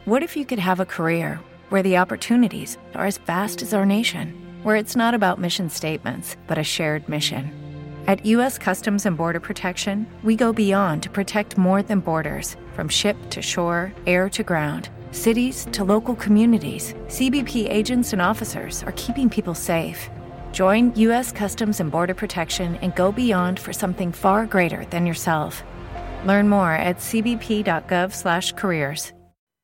What if you could have a career where the opportunities are as vast as our nation, where it's not about mission statements, but a shared mission? At U.S. Customs and Border Protection, we go beyond to protect more than borders. From ship to shore, air to ground, cities to local communities, CBP agents and officers are keeping people safe. Join U.S. Customs and Border Protection and go beyond for something far greater than yourself. Learn more at cbp.gov/careers.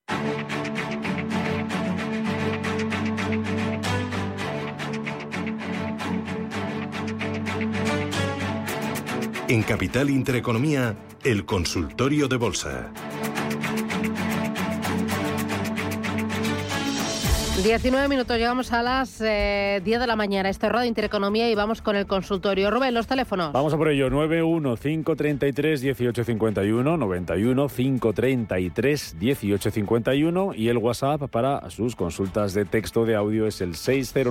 En Capital Intereconomía, el consultorio de bolsa. 19 minutos, llegamos a las 10 de la mañana. Este es Radio Intereconomía y vamos con el consultorio. Rubén, los teléfonos. Vamos a por ello. 91-533-1851, 91-533-1851 y el WhatsApp para sus consultas de texto de audio es el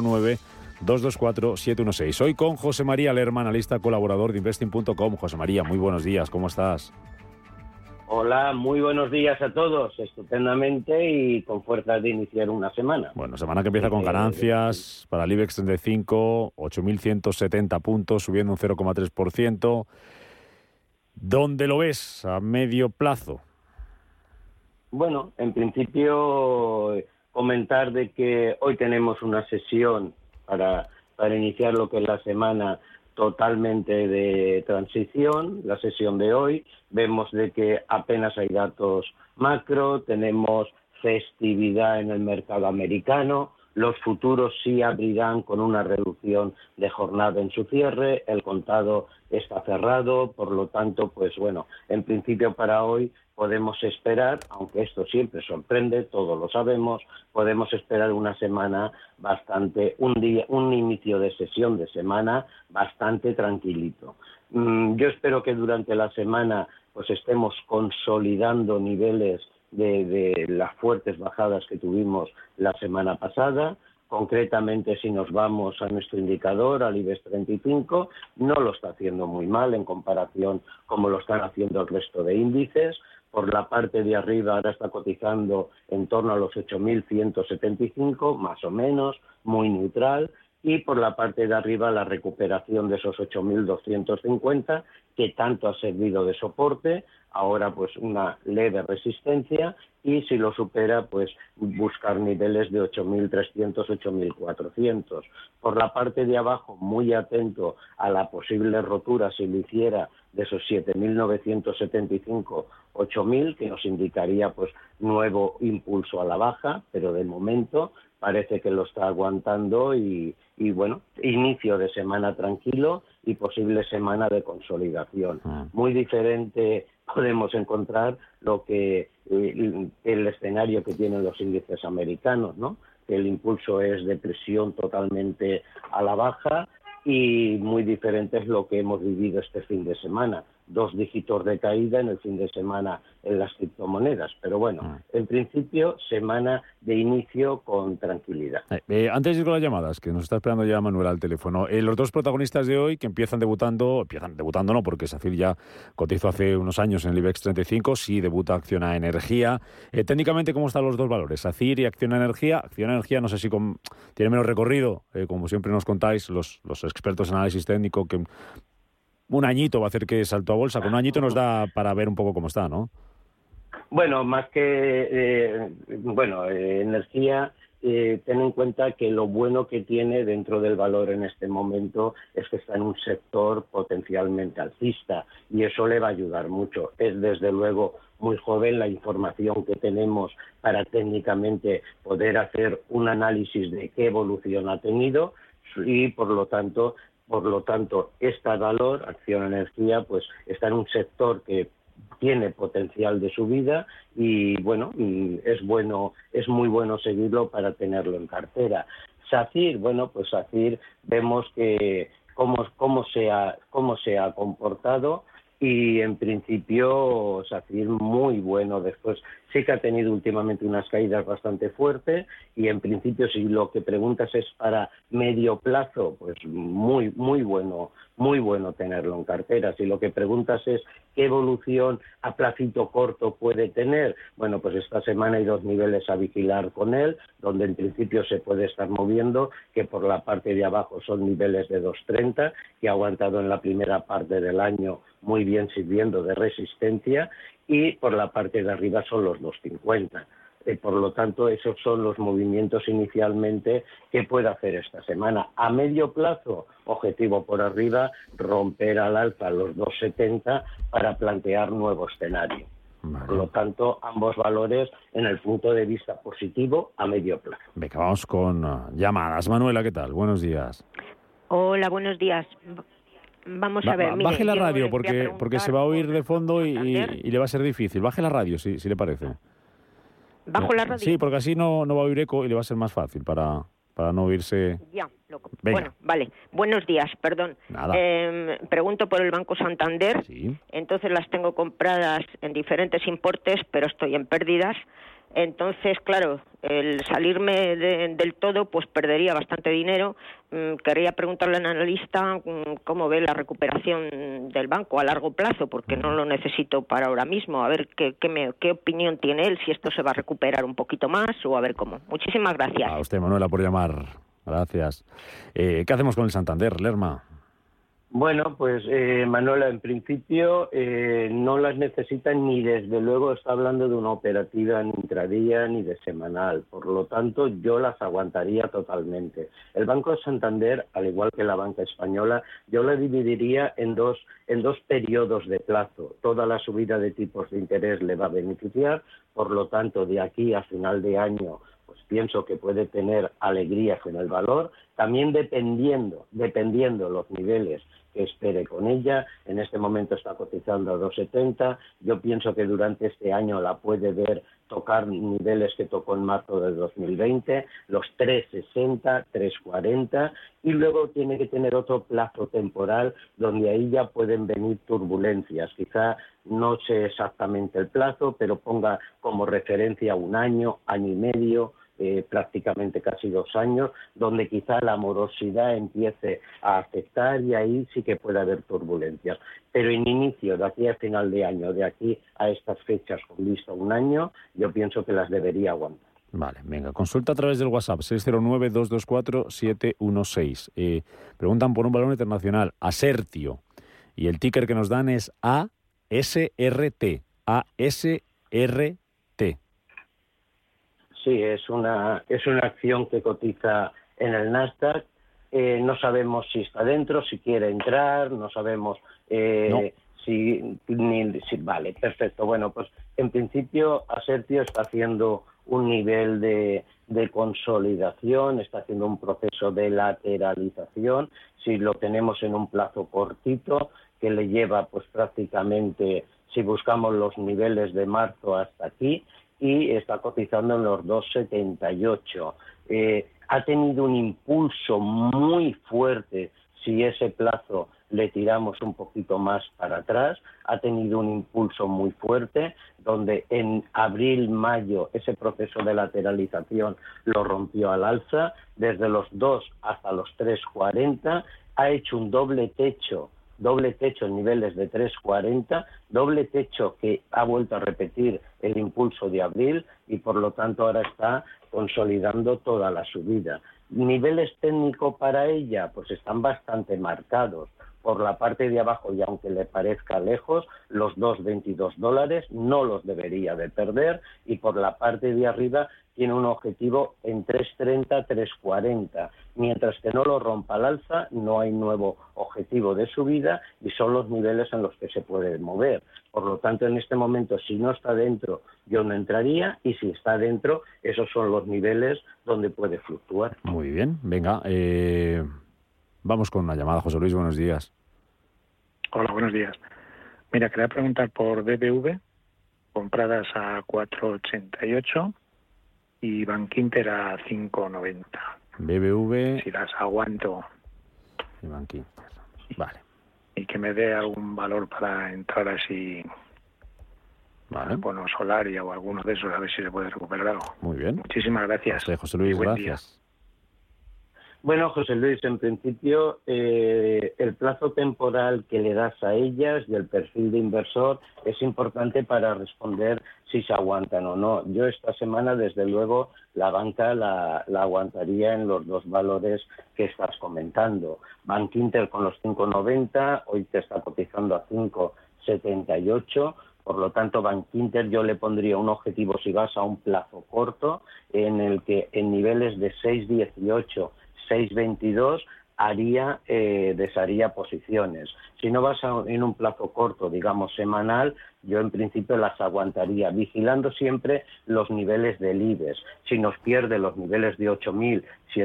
609-224-716. Hoy con José María Lerma, analista colaborador de Investing.com. José María, muy buenos días, ¿cómo estás? Hola, muy buenos días a todos, estupendamente y con fuerzas de iniciar una semana. Bueno, semana que empieza con ganancias para el IBEX 35, 8.170 puntos, subiendo un 0,3%. ¿Dónde lo ves a medio plazo? Bueno, en principio comentar de que hoy tenemos una sesión para iniciar lo que es la semana totalmente de transición, la sesión de hoy. Vemos de que apenas hay datos macro, tenemos festividad en el mercado americano, los futuros sí abrirán con una reducción de jornada en su cierre, el contado está cerrado, por lo tanto, pues bueno, en principio para hoy podemos esperar, aunque esto siempre sorprende, todos lo sabemos, podemos esperar una semana un inicio de sesión de semana bastante tranquilito. Yo espero que durante la semana pues estemos consolidando niveles de las fuertes bajadas que tuvimos la semana pasada. Concretamente, si nos vamos a nuestro indicador, al IBEX 35, no lo está haciendo muy mal en comparación como lo están haciendo el resto de índices. Por la parte de arriba ahora está cotizando en torno a los 8.175, más o menos, muy neutral. Y por la parte de arriba la recuperación de esos 8.250, que tanto ha servido de soporte, ahora pues una leve resistencia, y si lo supera pues buscar niveles de 8.300, 8.400. Por la parte de abajo, muy atento a la posible rotura, si lo hiciera, de esos 7.975, 8.000, que nos indicaría pues nuevo impulso a la baja, pero de momento parece que lo está aguantando y bueno, inicio de semana tranquilo y posible semana de consolidación. Muy diferente podemos encontrar lo que el escenario que tienen los índices americanos, ¿no? Que el impulso es de presión totalmente a la baja, y muy diferente es lo que hemos vivido este fin de semana. 2 dígitos de caída en el fin de semana en las criptomonedas. Pero bueno, en principio, semana de inicio con tranquilidad. Antes de ir con las llamadas, que nos está esperando ya Manuel al teléfono, los dos protagonistas de hoy que empiezan debutando no, porque SACIR ya cotizó hace unos años en el IBEX 35, sí debuta Acciona Energía. Técnicamente, ¿cómo están los dos valores? SACIR y Acciona Energía. Acciona Energía, no sé si tiene menos recorrido, como siempre nos contáis, los expertos en análisis técnico, que un añito va a hacer que saltó a bolsa. Con un añito nos da para ver un poco cómo está, ¿no? Bueno, más que energía, ten en cuenta que lo bueno que tiene dentro del valor en este momento es que está en un sector potencialmente alcista, y eso le va a ayudar mucho. Es desde luego muy joven, la información que tenemos para técnicamente poder hacer un análisis de qué evolución ha tenido, y por lo tanto, este valor, Acciona Energía, pues está en un sector que tiene potencial de subida y bueno, es muy bueno seguirlo para tenerlo en cartera. SACIR, bueno, pues SACIR vemos que cómo se ha comportado, y en principio SACIR muy bueno. Después sí que ha tenido últimamente unas caídas bastante fuertes, y en principio, si lo que preguntas es para medio plazo, pues muy bueno tenerlo en cartera. Si lo que preguntas es ¿Qué evolución a placito corto puede tener? Bueno, pues esta semana hay 2 niveles a vigilar con él, donde en principio se puede estar moviendo, que por la parte de abajo son niveles de 2,30, que ha aguantado en la primera parte del año muy bien sirviendo de resistencia, y por la parte de arriba son los 2,50. Por lo tanto, esos son los movimientos inicialmente que puede hacer esta semana. A medio plazo, objetivo por arriba, romper al alza los 2,70 para plantear nuevo escenario. Vale. Por lo tanto, ambos valores en el punto de vista positivo a medio plazo. Venga, vamos con llamadas. Manuela, ¿qué tal? Buenos días. Hola, buenos días. Vamos a ver. Baje la radio porque se va a oír de fondo y le va a ser difícil. Baje la radio, si le parece. ¿Bajo la radio? Sí, porque así no va a oír eco y le va a ser más fácil para no oírse. Ya, bueno, vale. Buenos días, perdón. Nada. Pregunto por el Banco Santander. Sí. Entonces las tengo compradas en diferentes importes, pero estoy en pérdidas. Entonces, claro, el salirme del todo, pues perdería bastante dinero. Quería preguntarle al analista cómo ve la recuperación del banco a largo plazo, porque no lo necesito para ahora mismo. A ver qué opinión tiene él, si esto se va a recuperar un poquito más o a ver cómo. Muchísimas gracias. A usted, Manuela, por llamar. Gracias. ¿Qué hacemos con el Santander, Lerma? Bueno, pues Manuela, en principio no las necesitan ni desde luego está hablando de una operativa ni intradía ni de semanal. Por lo tanto, yo las aguantaría totalmente. El Banco de Santander, al igual que la banca española, yo la dividiría en dos periodos de plazo. Toda la subida de tipos de interés le va a beneficiar. Por lo tanto, de aquí a final de año, pues pienso que puede tener alegrías en el valor. También dependiendo los niveles que espere con ella. En este momento está cotizando a 2,70. Yo pienso que durante este año la puede ver tocar niveles que tocó en marzo del 2020, los 3,60, 3,40, y luego tiene que tener otro plazo temporal donde ahí ya pueden venir turbulencias. Quizá no sé exactamente el plazo, pero ponga como referencia 1 año, año y medio, prácticamente casi 2 años, donde quizá la morosidad empiece a afectar y ahí sí que puede haber turbulencias. Pero en inicio, de aquí a final de año, de aquí a estas fechas con vista 1 año, yo pienso que las debería aguantar. Vale, venga, consulta a través del WhatsApp 609-224-716. Preguntan por un valor internacional, Asertio, y el ticker que nos dan es ASRT. ASRT. Sí, es una acción que cotiza en el Nasdaq. No sabemos si está dentro, si quiere entrar, no sabemos si... Vale, perfecto. Bueno, pues en principio Asertio está haciendo un nivel de consolidación, está haciendo un proceso de lateralización. Si lo tenemos en un plazo cortito, que le lleva pues prácticamente, si buscamos los niveles de marzo hasta aquí, y está cotizando en los 2,78. Ha tenido un impulso muy fuerte, si ese plazo le tiramos un poquito más para atrás, ha tenido un impulso muy fuerte, donde en abril, mayo, ese proceso de lateralización lo rompió al alza, desde los 2 hasta los 3,40, ha hecho un doble techo en niveles de 3,40, doble techo que ha vuelto a repetir el impulso de abril y por lo tanto ahora está consolidando toda la subida. Niveles técnicos para ella pues están bastante marcados. Por la parte de abajo, y aunque le parezca lejos, los $2,22 no los debería de perder, y por la parte de arriba tiene un objetivo en 3,30, 3,40. Mientras que no lo rompa al alza, no hay nuevo objetivo de subida y son los niveles en los que se puede mover. Por lo tanto, en este momento, si no está dentro, yo no entraría, y si está dentro, esos son los niveles donde puede fluctuar. Muy bien, venga, vamos con una llamada. José Luis, buenos días. Hola, buenos días. Mira, quería preguntar por BBV, compradas a 4,88 y Bankinter a 5,90. BBV... Si las aguanto. Y Bankinter, vale. Y que me dé algún valor para entrar así... Vale. Bono Solaria o alguno de esos, a ver si se puede recuperar algo. Muy bien. Muchísimas gracias. José Luis, gracias. Bueno, José Luis, en principio el plazo temporal que le das a ellas y el perfil de inversor es importante para responder si se aguantan o no. Yo esta semana, desde luego, la banca la aguantaría en los dos valores que estás comentando. Bankinter con los 5,90, hoy te está cotizando a 5,78. Por lo tanto, Bankinter yo le pondría un objetivo si vas a un plazo corto en el que en niveles de 6,18, 6,22 desharía posiciones. Si no vas en un plazo corto, digamos semanal, yo en principio las aguantaría, vigilando siempre los niveles del IBEX. Si nos pierde los niveles de 8.000,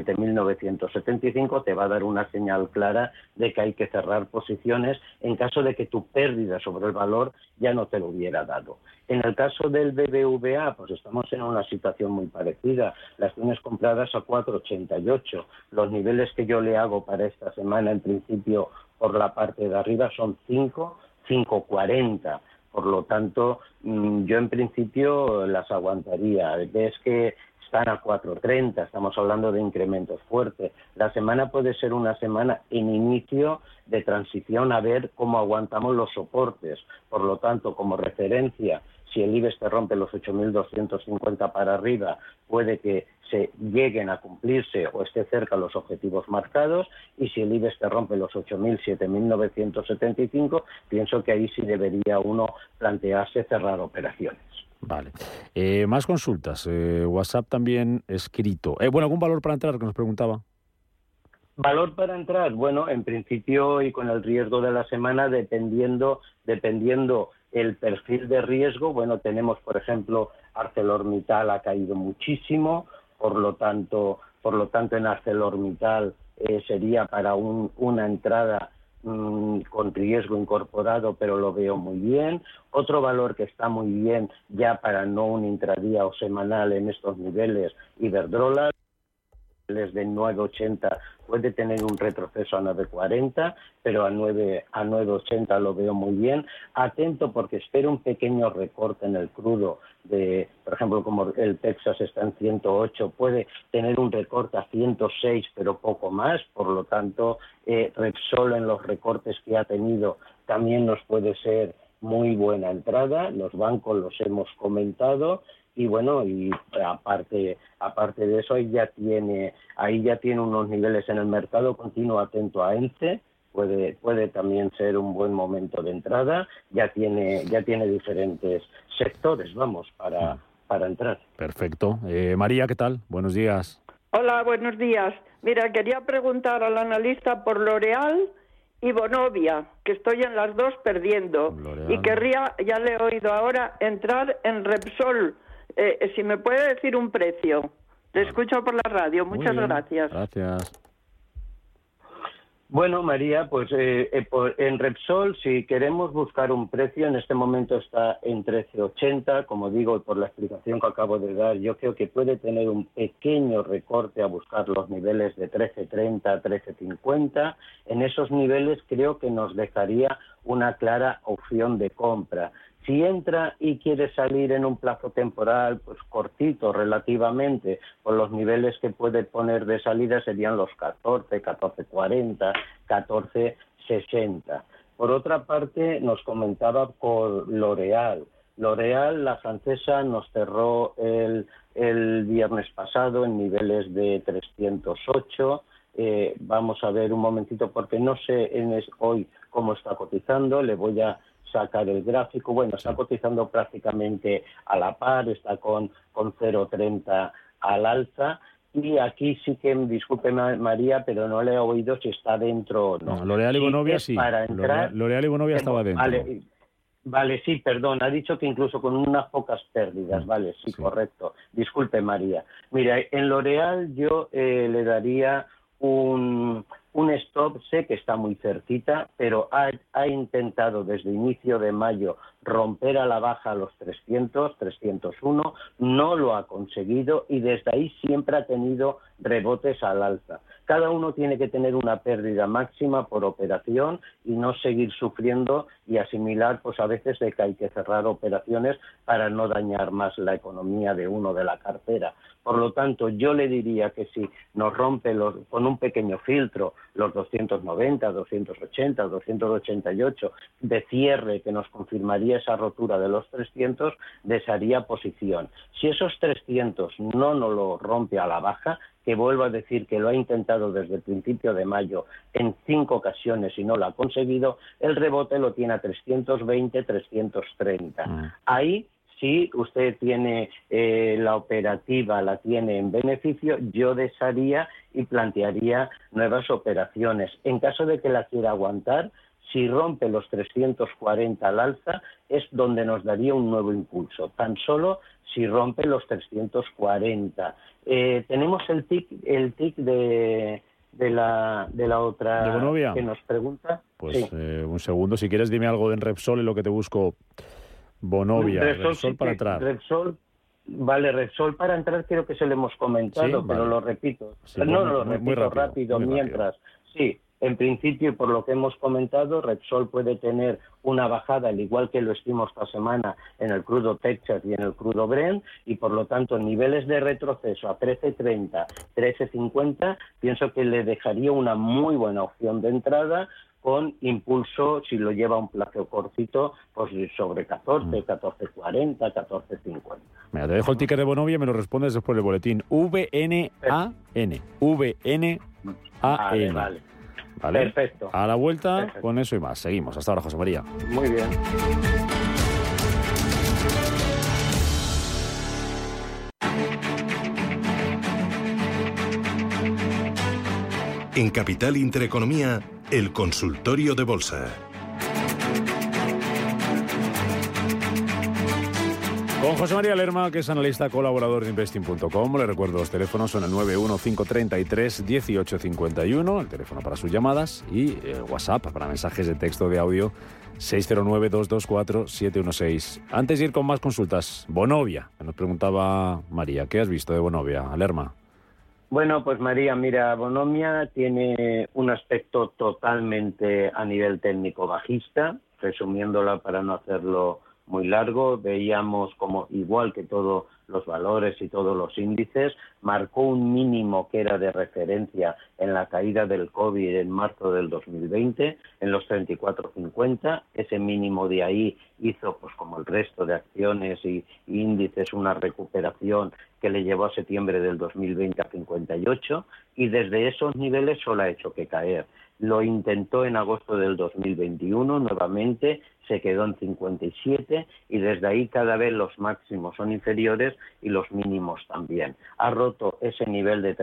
7.975, te va a dar una señal clara de que hay que cerrar posiciones en caso de que tu pérdida sobre el valor ya no te lo hubiera dado. En el caso del BBVA, pues estamos en una situación muy parecida. Las acciones compradas a 4,88. Los niveles que yo le hago para esta semana, en principio, por la parte de arriba, son 5,40. Por lo tanto, yo en principio las aguantaría. Ves que están a 4,30, estamos hablando de incrementos fuertes. La semana puede ser una semana en inicio de transición a ver cómo aguantamos los soportes. Por lo tanto, como referencia, si el IBEX te rompe los 8.250 para arriba, puede que se lleguen a cumplirse o esté cerca los objetivos marcados, y si el IBEX te rompe los 8.000, 7.975, pienso que ahí sí debería uno plantearse cerrar operaciones. Vale. Más consultas. WhatsApp también escrito. Bueno, ¿algún valor para entrar que nos preguntaba? Valor para entrar, bueno, en principio y con el riesgo de la semana, dependiendo el perfil de riesgo, bueno, tenemos, por ejemplo, ArcelorMittal ha caído muchísimo, por lo tanto en ArcelorMittal sería para una entrada con riesgo incorporado, pero lo veo muy bien. Otro valor que está muy bien ya para no un intradía o semanal en estos niveles, Iberdrola, de 9,80 puede tener un retroceso a 9,40, pero a 9,80 lo veo muy bien. Atento porque espero un pequeño recorte en el crudo, por ejemplo, como el Texas está en 108, puede tener un recorte a 106, pero poco más. Por lo tanto, Repsol en los recortes que ha tenido también nos puede ser muy buena entrada. Los bancos los hemos comentado. Y bueno, y aparte de eso, ahí ya tiene unos niveles en el mercado continuo. Atento a ENCE, puede también ser un buen momento de entrada. Ya tiene diferentes sectores, vamos, para entrar. Perfecto. María, ¿qué tal? Buenos días. Hola, buenos días. Mira, quería preguntar al analista por L'Oréal y Vonovia, que estoy en las dos perdiendo. L'Oréal. Y querría, ya le he oído ahora, entrar en Repsol. Si me puede decir un precio. Le escucho por la radio. Muchas gracias. Gracias. Bueno, María, pues en Repsol, si queremos buscar un precio, en este momento está en 13,80. Como digo, por la explicación que acabo de dar, yo creo que puede tener un pequeño recorte a buscar los niveles de 13,30, 13,50. En esos niveles creo que nos dejaría una clara opción de compra. Si entra y quiere salir en un plazo temporal pues cortito relativamente, por los niveles que puede poner de salida serían los 14, 14,40, 14,60. Por otra parte, nos comentaba por L'Oréal. L'Oréal, la francesa, nos cerró el viernes pasado en niveles de 308. Vamos a ver un momentito porque no sé hoy cómo está cotizando. Le voy a sacar el gráfico. Bueno, está cotizando prácticamente a la par, está con 0,30 al alza. Y aquí sí que, disculpe María, pero no le he oído si está dentro o no. L'Oréal y Vonovia sí. Para entrar, L'Oréal y Vonovia estaba dentro. Vale, sí, perdón. Ha dicho que incluso con unas pocas pérdidas. Vale, sí, correcto. Disculpe, María. Mira, en L'Oréal yo le daría un stop. Sé que está muy cerquita, pero ha intentado desde inicio de mayo romper a la baja los 300, 301, no lo ha conseguido y desde ahí siempre ha tenido rebotes al alza. Cada uno tiene que tener una pérdida máxima por operación y no seguir sufriendo y asimilar, pues a veces, de que hay que cerrar operaciones para no dañar más la economía de uno, de la cartera. Por lo tanto, yo le diría que si nos rompe con un pequeño filtro los 290, 280, 288 de cierre, que nos confirmaría esa rotura de los 300, desharía posición. Si esos 300 no nos lo rompe a la baja, que vuelvo a decir que lo ha intentado desde el principio de mayo en 5 ocasiones y no lo ha conseguido, el rebote lo tiene a 320, 330. Ahí, si usted tiene la operativa, la tiene en beneficio, yo desharía y plantearía nuevas operaciones. En caso de que la quiera aguantar, si rompe los 340 al alza, es donde nos daría un nuevo impulso, tan solo si rompe los 340. Tenemos el tic de la otra ¿De Vonovia? Que nos pregunta. Pues sí. Un segundo, si quieres dime algo en Repsol, en lo que te busco. Vonovia, Repsol para entrar. Repsol para entrar creo que se lo hemos comentado, Sí, pero vale. lo repito. Sí, lo repito muy rápido mientras. Sí, en principio, por lo que hemos comentado, Repsol puede tener una bajada, al igual que lo estimo esta semana en el crudo Texas y en el crudo Brent, y por lo tanto niveles de retroceso a 13.30, 13.50, pienso que le dejaría una muy buena opción de entrada, con impulso, si lo lleva a un plazo cortito, pues sobre 14, 14.40, 14.50. Mira, te dejo el ticket de Vonovia y me lo respondes después del boletín. VNAN. VNAN. Vale. ¿Vale? Perfecto. A la vuelta, Perfecto. con eso y más. Seguimos. Hasta ahora, José María. Muy bien. En Capital Intereconomía, el consultorio de bolsa. Con José María Lerma, que es analista colaborador de Investing.com. Le recuerdo, los teléfonos son el 915331851, el teléfono para sus llamadas, y el WhatsApp para mensajes de texto de audio 609224716. Antes de ir con más consultas, Vonovia, que nos preguntaba María. ¿Qué has visto de Vonovia, Lerma? Bueno, pues María, mira, Vonovia tiene un aspecto totalmente a nivel técnico bajista. Resumiéndola para no hacerlo muy largo, veíamos como, igual que todos los valores y todos los índices, marcó un mínimo que era de referencia en la caída del COVID en marzo del 2020, en los 34.50. Ese mínimo de ahí hizo, pues como el resto de acciones y índices, una recuperación que le llevó a septiembre del 2020 a 58, y desde esos niveles solo ha hecho que caer. Lo intentó en agosto del 2021 nuevamente, se quedó en 57 y desde ahí cada vez los máximos son inferiores y los mínimos también. Ha roto ese nivel de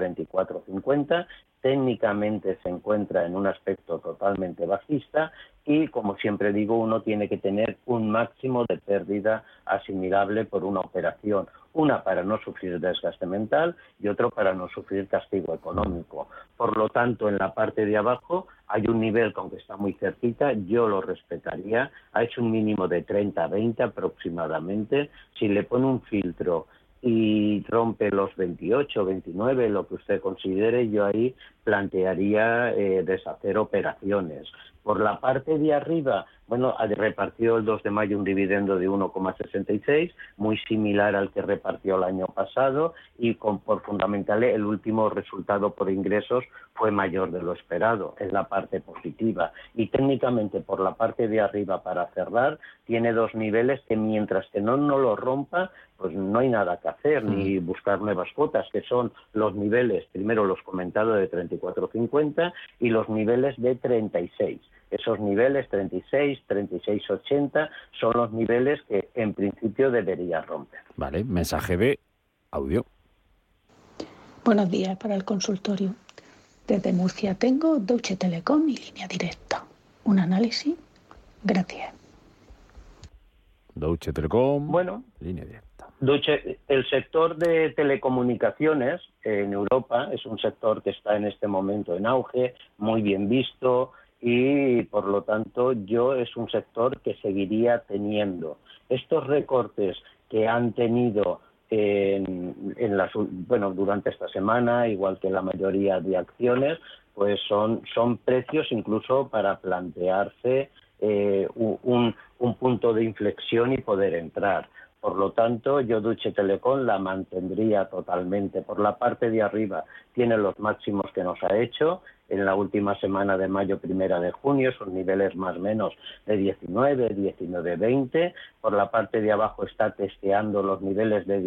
34.50, técnicamente se encuentra en un aspecto totalmente bajista y, como siempre digo, uno tiene que tener un máximo de pérdida asimilable por una operación. Una para no sufrir desgaste mental y otro para no sufrir castigo económico. Por lo tanto, en la parte de abajo hay un nivel que, aunque está muy cerquita, yo lo respetaría. Ha hecho un mínimo de 30-20 aproximadamente. Si le pone un filtro y rompe los 28, 29, lo que usted considere, yo ahí plantearía deshacer operaciones. Por la parte de arriba, bueno, repartió el 2 de mayo un dividendo de 1,66, muy similar al que repartió el año pasado, y por fundamental el último resultado por ingresos fue mayor de lo esperado, es la parte positiva. Y técnicamente por la parte de arriba, para cerrar, tiene dos niveles que mientras que no lo rompa, pues no hay nada que hacer, ni buscar nuevas cuotas, que son los niveles, primero los comentados de 34.50 y los niveles de 36. Esos niveles 36, 36.80 son los niveles que en principio debería romper. Vale, mensaje de audio. Buenos días para el consultorio. Desde Murcia tengo Deutsche Telekom y línea directa. Un análisis. Gracias. Deutsche Telekom, bueno, línea directa. El sector de telecomunicaciones en Europa es un sector que está en este momento en auge, muy bien visto, y por lo tanto yo es un sector que seguiría teniendo. Estos recortes que han tenido durante esta semana, igual que la mayoría de acciones, pues son precios incluso para plantearse un punto de inflexión y poder entrar. Por lo tanto, yo Deutsche Telekom la mantendría totalmente. Por la parte de arriba tiene los máximos que nos ha hecho en la última semana de mayo, 1 de junio, son niveles más o menos de 19,20. Por la parte de abajo está testeando los niveles de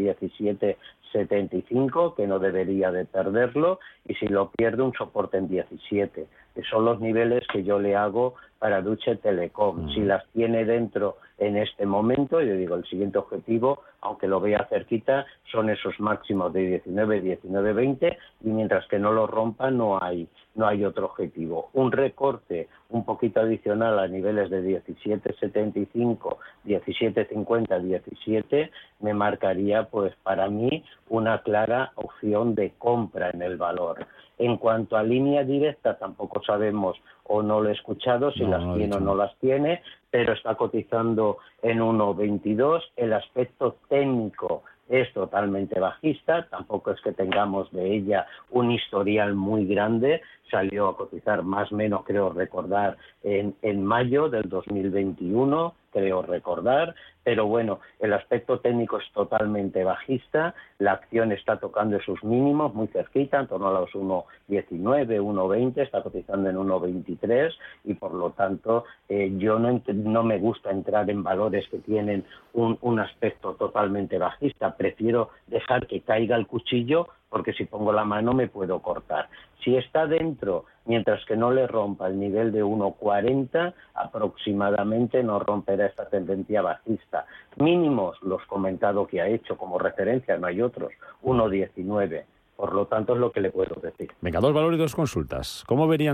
17,75, que no debería de perderlo, y si lo pierde un soporte en 17, que son los niveles que yo le hago para Deutsche Telekom. Si las tiene dentro en este momento, yo digo, el siguiente objetivo, aunque lo vea cerquita, son esos máximos de 19,20, y mientras que no lo rompa no hay otro objetivo. Un recorte un poquito adicional a niveles de 17,75, 17,50, 17 me marcaría, pues para mí, una clara opción de compra en el valor. En cuanto a línea directa, tampoco sabemos, o no lo he escuchado, si las tiene o no las tiene, pero está cotizando en 1,22. El aspecto técnico es totalmente bajista, tampoco es que tengamos de ella un historial muy grande, salió a cotizar más o menos, creo recordar, en mayo del 2021, creo recordar, pero bueno, el aspecto técnico es totalmente bajista, la acción está tocando sus mínimos muy cerquita, en torno a los 1,19, 1,20, está cotizando en 1,23, y por lo tanto yo no me gusta entrar en valores que tienen un aspecto totalmente bajista, prefiero dejar que caiga el cuchillo, porque si pongo la mano me puedo cortar. Si está dentro, mientras que no le rompa el nivel de 1,40, aproximadamente no romperá esta tendencia bajista. Mínimos, los comentado que ha hecho como referencia, no hay otros, 1,19. Por lo tanto, es lo que le puedo decir. Venga, 2 valores y 2 consultas. ¿Cómo vería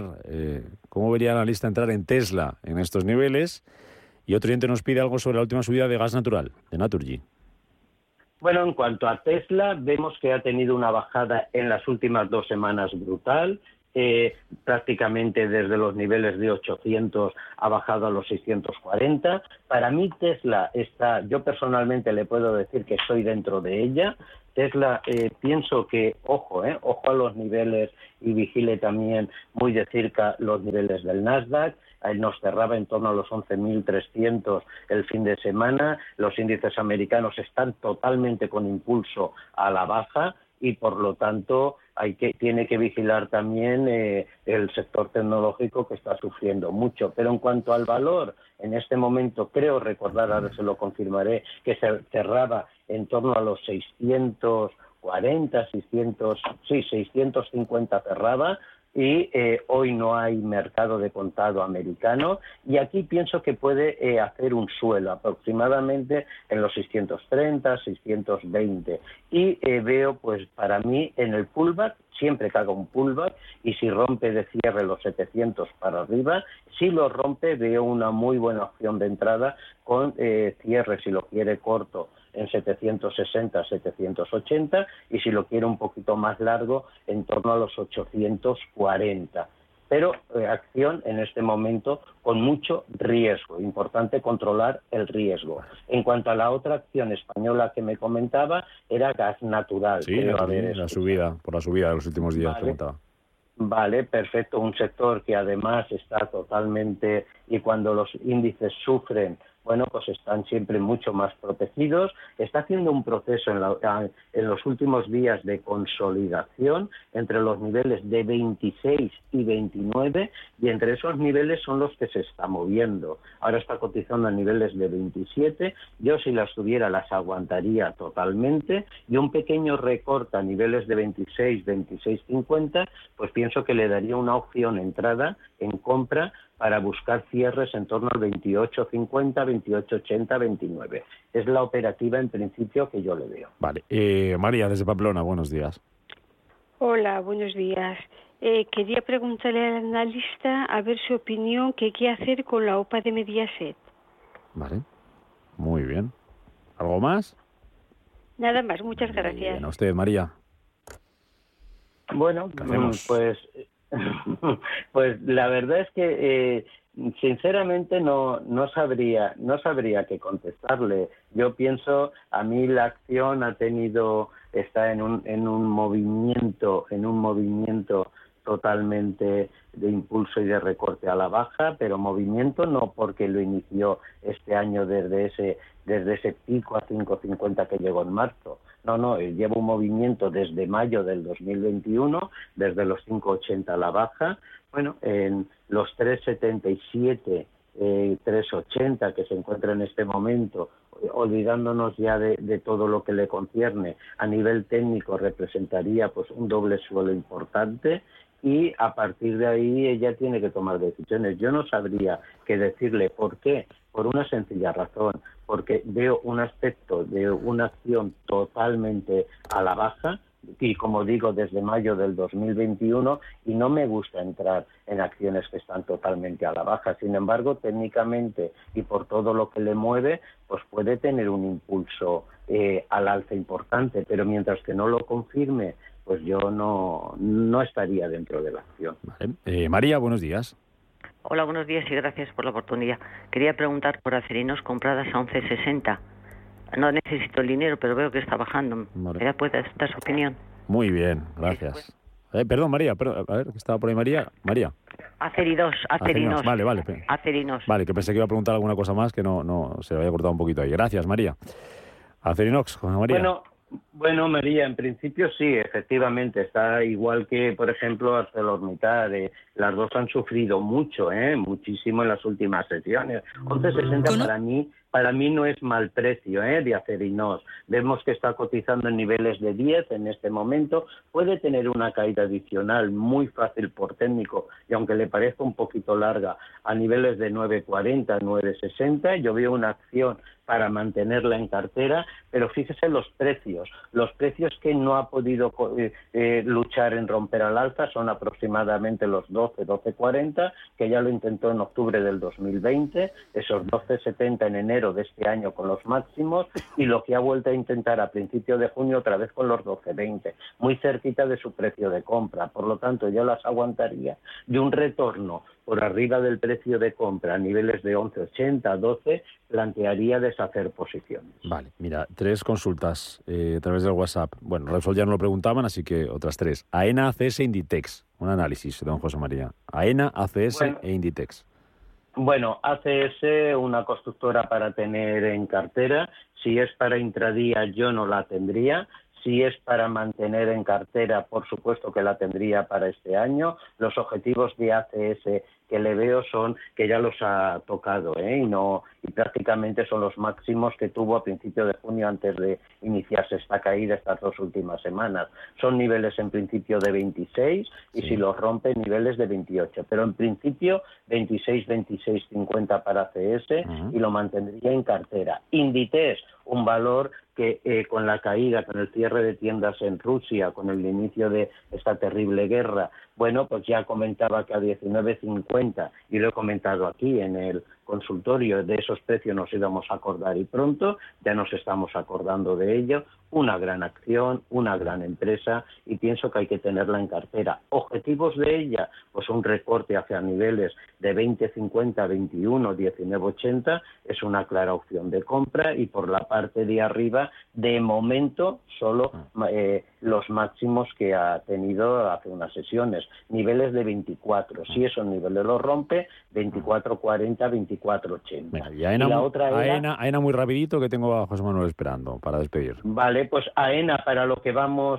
el analista entrar en Tesla en estos niveles? Y otro oyente nos pide algo sobre la última subida de gas natural, de Naturgy. Bueno, en cuanto a Tesla, vemos que ha tenido una bajada en las últimas 2 semanas brutal. Prácticamente desde los niveles de 800 ha bajado a los 640. Para mí Tesla yo personalmente le puedo decir que estoy dentro de ella. Tesla, pienso que, ojo a los niveles, y vigile también muy de cerca los niveles del Nasdaq. Nos cerraba en torno a los 11.300 el fin de semana. Los índices americanos están totalmente con impulso a la baja, y por lo tanto tiene que vigilar también el sector tecnológico, que está sufriendo mucho. Pero en cuanto al valor, en este momento creo recordar, ahora se lo confirmaré, que se cerraba en torno a los 640, 650 cerraba, y hoy no hay mercado de contado americano, y aquí pienso que puede hacer un suelo aproximadamente en los 630, 620, y veo, pues para mí, en el pullback, siempre que haga un pullback, y si rompe de cierre los 700 para arriba, si lo rompe veo una muy buena opción de entrada con cierre, si lo quiere corto, en 760, 780, y si lo quiere un poquito más largo, en torno a los 840. Pero acción en este momento con mucho riesgo. Importante controlar el riesgo. En cuanto a la otra acción española que me comentaba, era gas natural. Sí, por la subida de los últimos días. Vale, perfecto. Un sector que además está totalmente, y cuando los índices sufren, bueno, pues están siempre mucho más protegidos. Está haciendo un proceso en los últimos días de consolidación entre los niveles de 26 y 29, y entre esos niveles son los que se está moviendo. Ahora está cotizando a niveles de 27. Yo, si las tuviera, las aguantaría totalmente, y un pequeño recorte a niveles de 26, 26,50, pues pienso que le daría una opción entrada en compra para buscar cierres en torno al 28,50, 28,80, 29. Es la operativa en principio que yo le veo. Vale. María, desde Pamplona, buenos días. Hola, buenos días. Quería preguntarle al analista a ver su opinión, qué hacer con la OPA de Mediaset. Vale, muy bien. ¿Algo más? Nada más, muchas gracias. Bien, a usted, María. Bueno, pues Pues la verdad es que sinceramente no sabría qué contestarle. Yo pienso, a mí la acción está en un movimiento totalmente de impulso y de recorte a la baja, pero movimiento no porque lo inició este año desde ese pico a 5.50 que llegó en marzo. No, lleva un movimiento desde mayo del 2021, desde los 5.80 a la baja, bueno, en los 3.77, 3.80 que se encuentra en este momento, olvidándonos ya de todo lo que le concierne, a nivel técnico representaría pues un doble suelo importante, y a partir de ahí ella tiene que tomar decisiones. Yo no sabría qué decirle. ¿Por qué? Por una sencilla razón, porque veo un aspecto de una acción totalmente a la baja, y como digo, desde mayo del 2021, y no me gusta entrar en acciones que están totalmente a la baja. Sin embargo, técnicamente y por todo lo que le mueve, pues puede tener un impulso al alza importante, pero mientras que no lo confirme, pues yo no estaría dentro de la acción. Vale. María, buenos días. Hola, buenos días y gracias por la oportunidad. Quería preguntar por Acerinos compradas a 11.60. No necesito el dinero, pero veo que está bajando. Vale. ¿Ya puede dar su opinión? Muy bien, gracias. Perdón, María, a ver, estaba por ahí María. Acerinos. Vale. Acerinos. Vale, que pensé que iba a preguntar alguna cosa más, que no se había cortado un poquito ahí. Gracias, María. Acerinox, con María. Bueno, María, en principio sí, efectivamente, está igual que, por ejemplo, ArcelorMittal. Las dos han sufrido muchísimo en las últimas sesiones. 11.60 para mí no es mal precio de Acerinos. Vemos que está cotizando en niveles de 10 en este momento. Puede tener una caída adicional muy fácil por técnico, y aunque le parezca un poquito larga, a niveles de 9.40, 9.60, yo veo una acción para mantenerla en cartera, pero fíjese los precios que no ha podido luchar en romper al alza son aproximadamente los 12.40, que ya lo intentó en octubre del 2020, esos 12.70 en enero de este año con los máximos, y lo que ha vuelto a intentar a principio de junio otra vez con los 12.20, muy cerquita de su precio de compra. Por lo tanto, yo las aguantaría. De un retorno por arriba del precio de compra a niveles de 11.80, 12, plantearía deshacer posiciones. Vale, mira, 3 consultas a través del WhatsApp. Bueno, Repsol ya no lo preguntaban, así que otras 3. AENA, ACS, Inditex. Un análisis, don José María. AENA, ACS e Inditex. Bueno, ACS, una constructora para tener en cartera. Si es para intradía, yo no la tendría. Si es para mantener en cartera, por supuesto que la tendría para este año. Los objetivos de ACS que le veo son que ya los ha tocado, y prácticamente son los máximos que tuvo a principio de junio antes de iniciarse esta caída estas 2 últimas semanas. Son niveles en principio de 26 y si los rompe niveles de 28, pero en principio 26, 26.50 para ACS y lo mantendría en cartera. Inditex, un valor que con la caída, con el cierre de tiendas en Rusia, con el inicio de esta terrible guerra, bueno, pues ya comentaba que a 19.50, y lo he comentado aquí en el consultorio, de esos precios nos íbamos a acordar y pronto, ya nos estamos acordando de ello. Una gran acción, una gran empresa, y pienso que hay que tenerla en cartera. Objetivos de ella, pues un recorte hacia niveles de 20.50, 21, 19.80 es una clara opción de compra, y por la parte de arriba, de momento, solo los máximos que ha tenido hace unas sesiones, niveles de 24. Si esos niveles los rompe, 24.40, 24.80. Y AENA muy rapidito, que tengo a José Manuel esperando para despedir. Vale, pues AENA para lo que vamos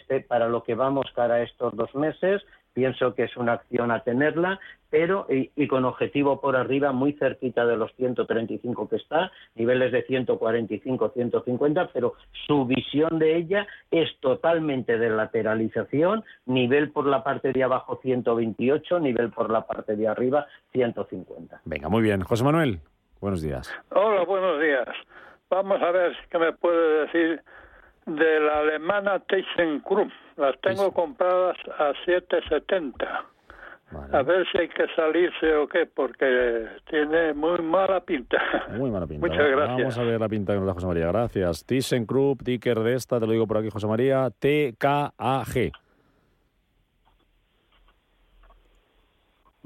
cara a estos 2 meses, pienso que es una acción a tenerla, pero y con objetivo por arriba muy cerquita de los 135 que está, niveles de 145, 150, pero su visión de ella es totalmente de lateralización, nivel por la parte de abajo 128, nivel por la parte de arriba 150. Venga, muy bien. José Manuel, buenos días. Hola, buenos días. Vamos a ver qué me puede decir de la alemana ThyssenKrupp. Las tengo compradas a 7.70. Vale. A ver si hay que salirse o qué, porque tiene muy mala pinta. Muy mala pinta. Muchas gracias. Vamos a ver la pinta que nos da José María. Gracias. ThyssenKrupp, ticker de esta, te lo digo por aquí, José María, TKAG.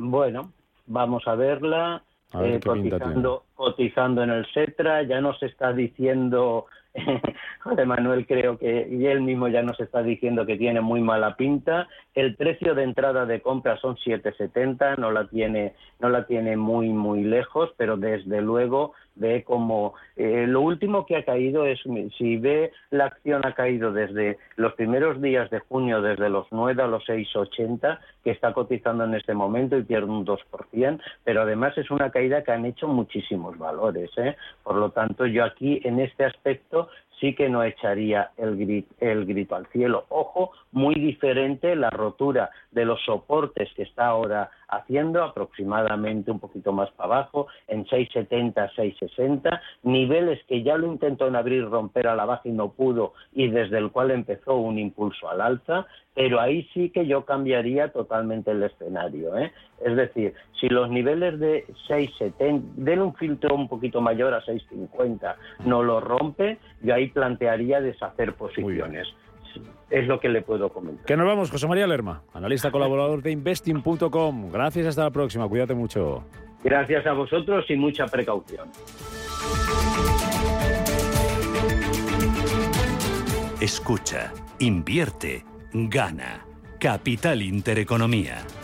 Bueno, vamos a verla. Cotizando en el Setra, ya nos está diciendo, José Manuel, creo que, y él mismo ya nos está diciendo que tiene muy mala pinta. El precio de entrada de compra son 7,70, no la tiene muy lejos, pero desde luego ve como lo último que ha caído es, si ve la acción ha caído desde los primeros días de junio, desde los 9 a los 6,80, que está cotizando en este momento y pierde un 2%, pero además es una caída que han hecho muchísimos valores, ¿eh? Por lo tanto, yo aquí en este aspecto sí que no echaría el grito al cielo. Ojo, muy diferente la rotura de los soportes que está ahora haciendo, aproximadamente un poquito más para abajo, en 6,70, 6,60, niveles que ya lo intentó en abril romper a la baja y no pudo, y desde el cual empezó un impulso al alza, pero ahí sí que yo cambiaría totalmente el escenario, ¿eh? Es decir, si los niveles de 6,70, den un filtro un poquito mayor a 6,50, no lo rompe, yo ahí plantearía deshacer posiciones. Es lo que le puedo comentar. Que nos vamos, José María Lerma, analista colaborador de Investing.com. Gracias, hasta la próxima, cuídate mucho. Gracias a vosotros y mucha precaución. Escucha, invierte, gana. Capital Intereconomía.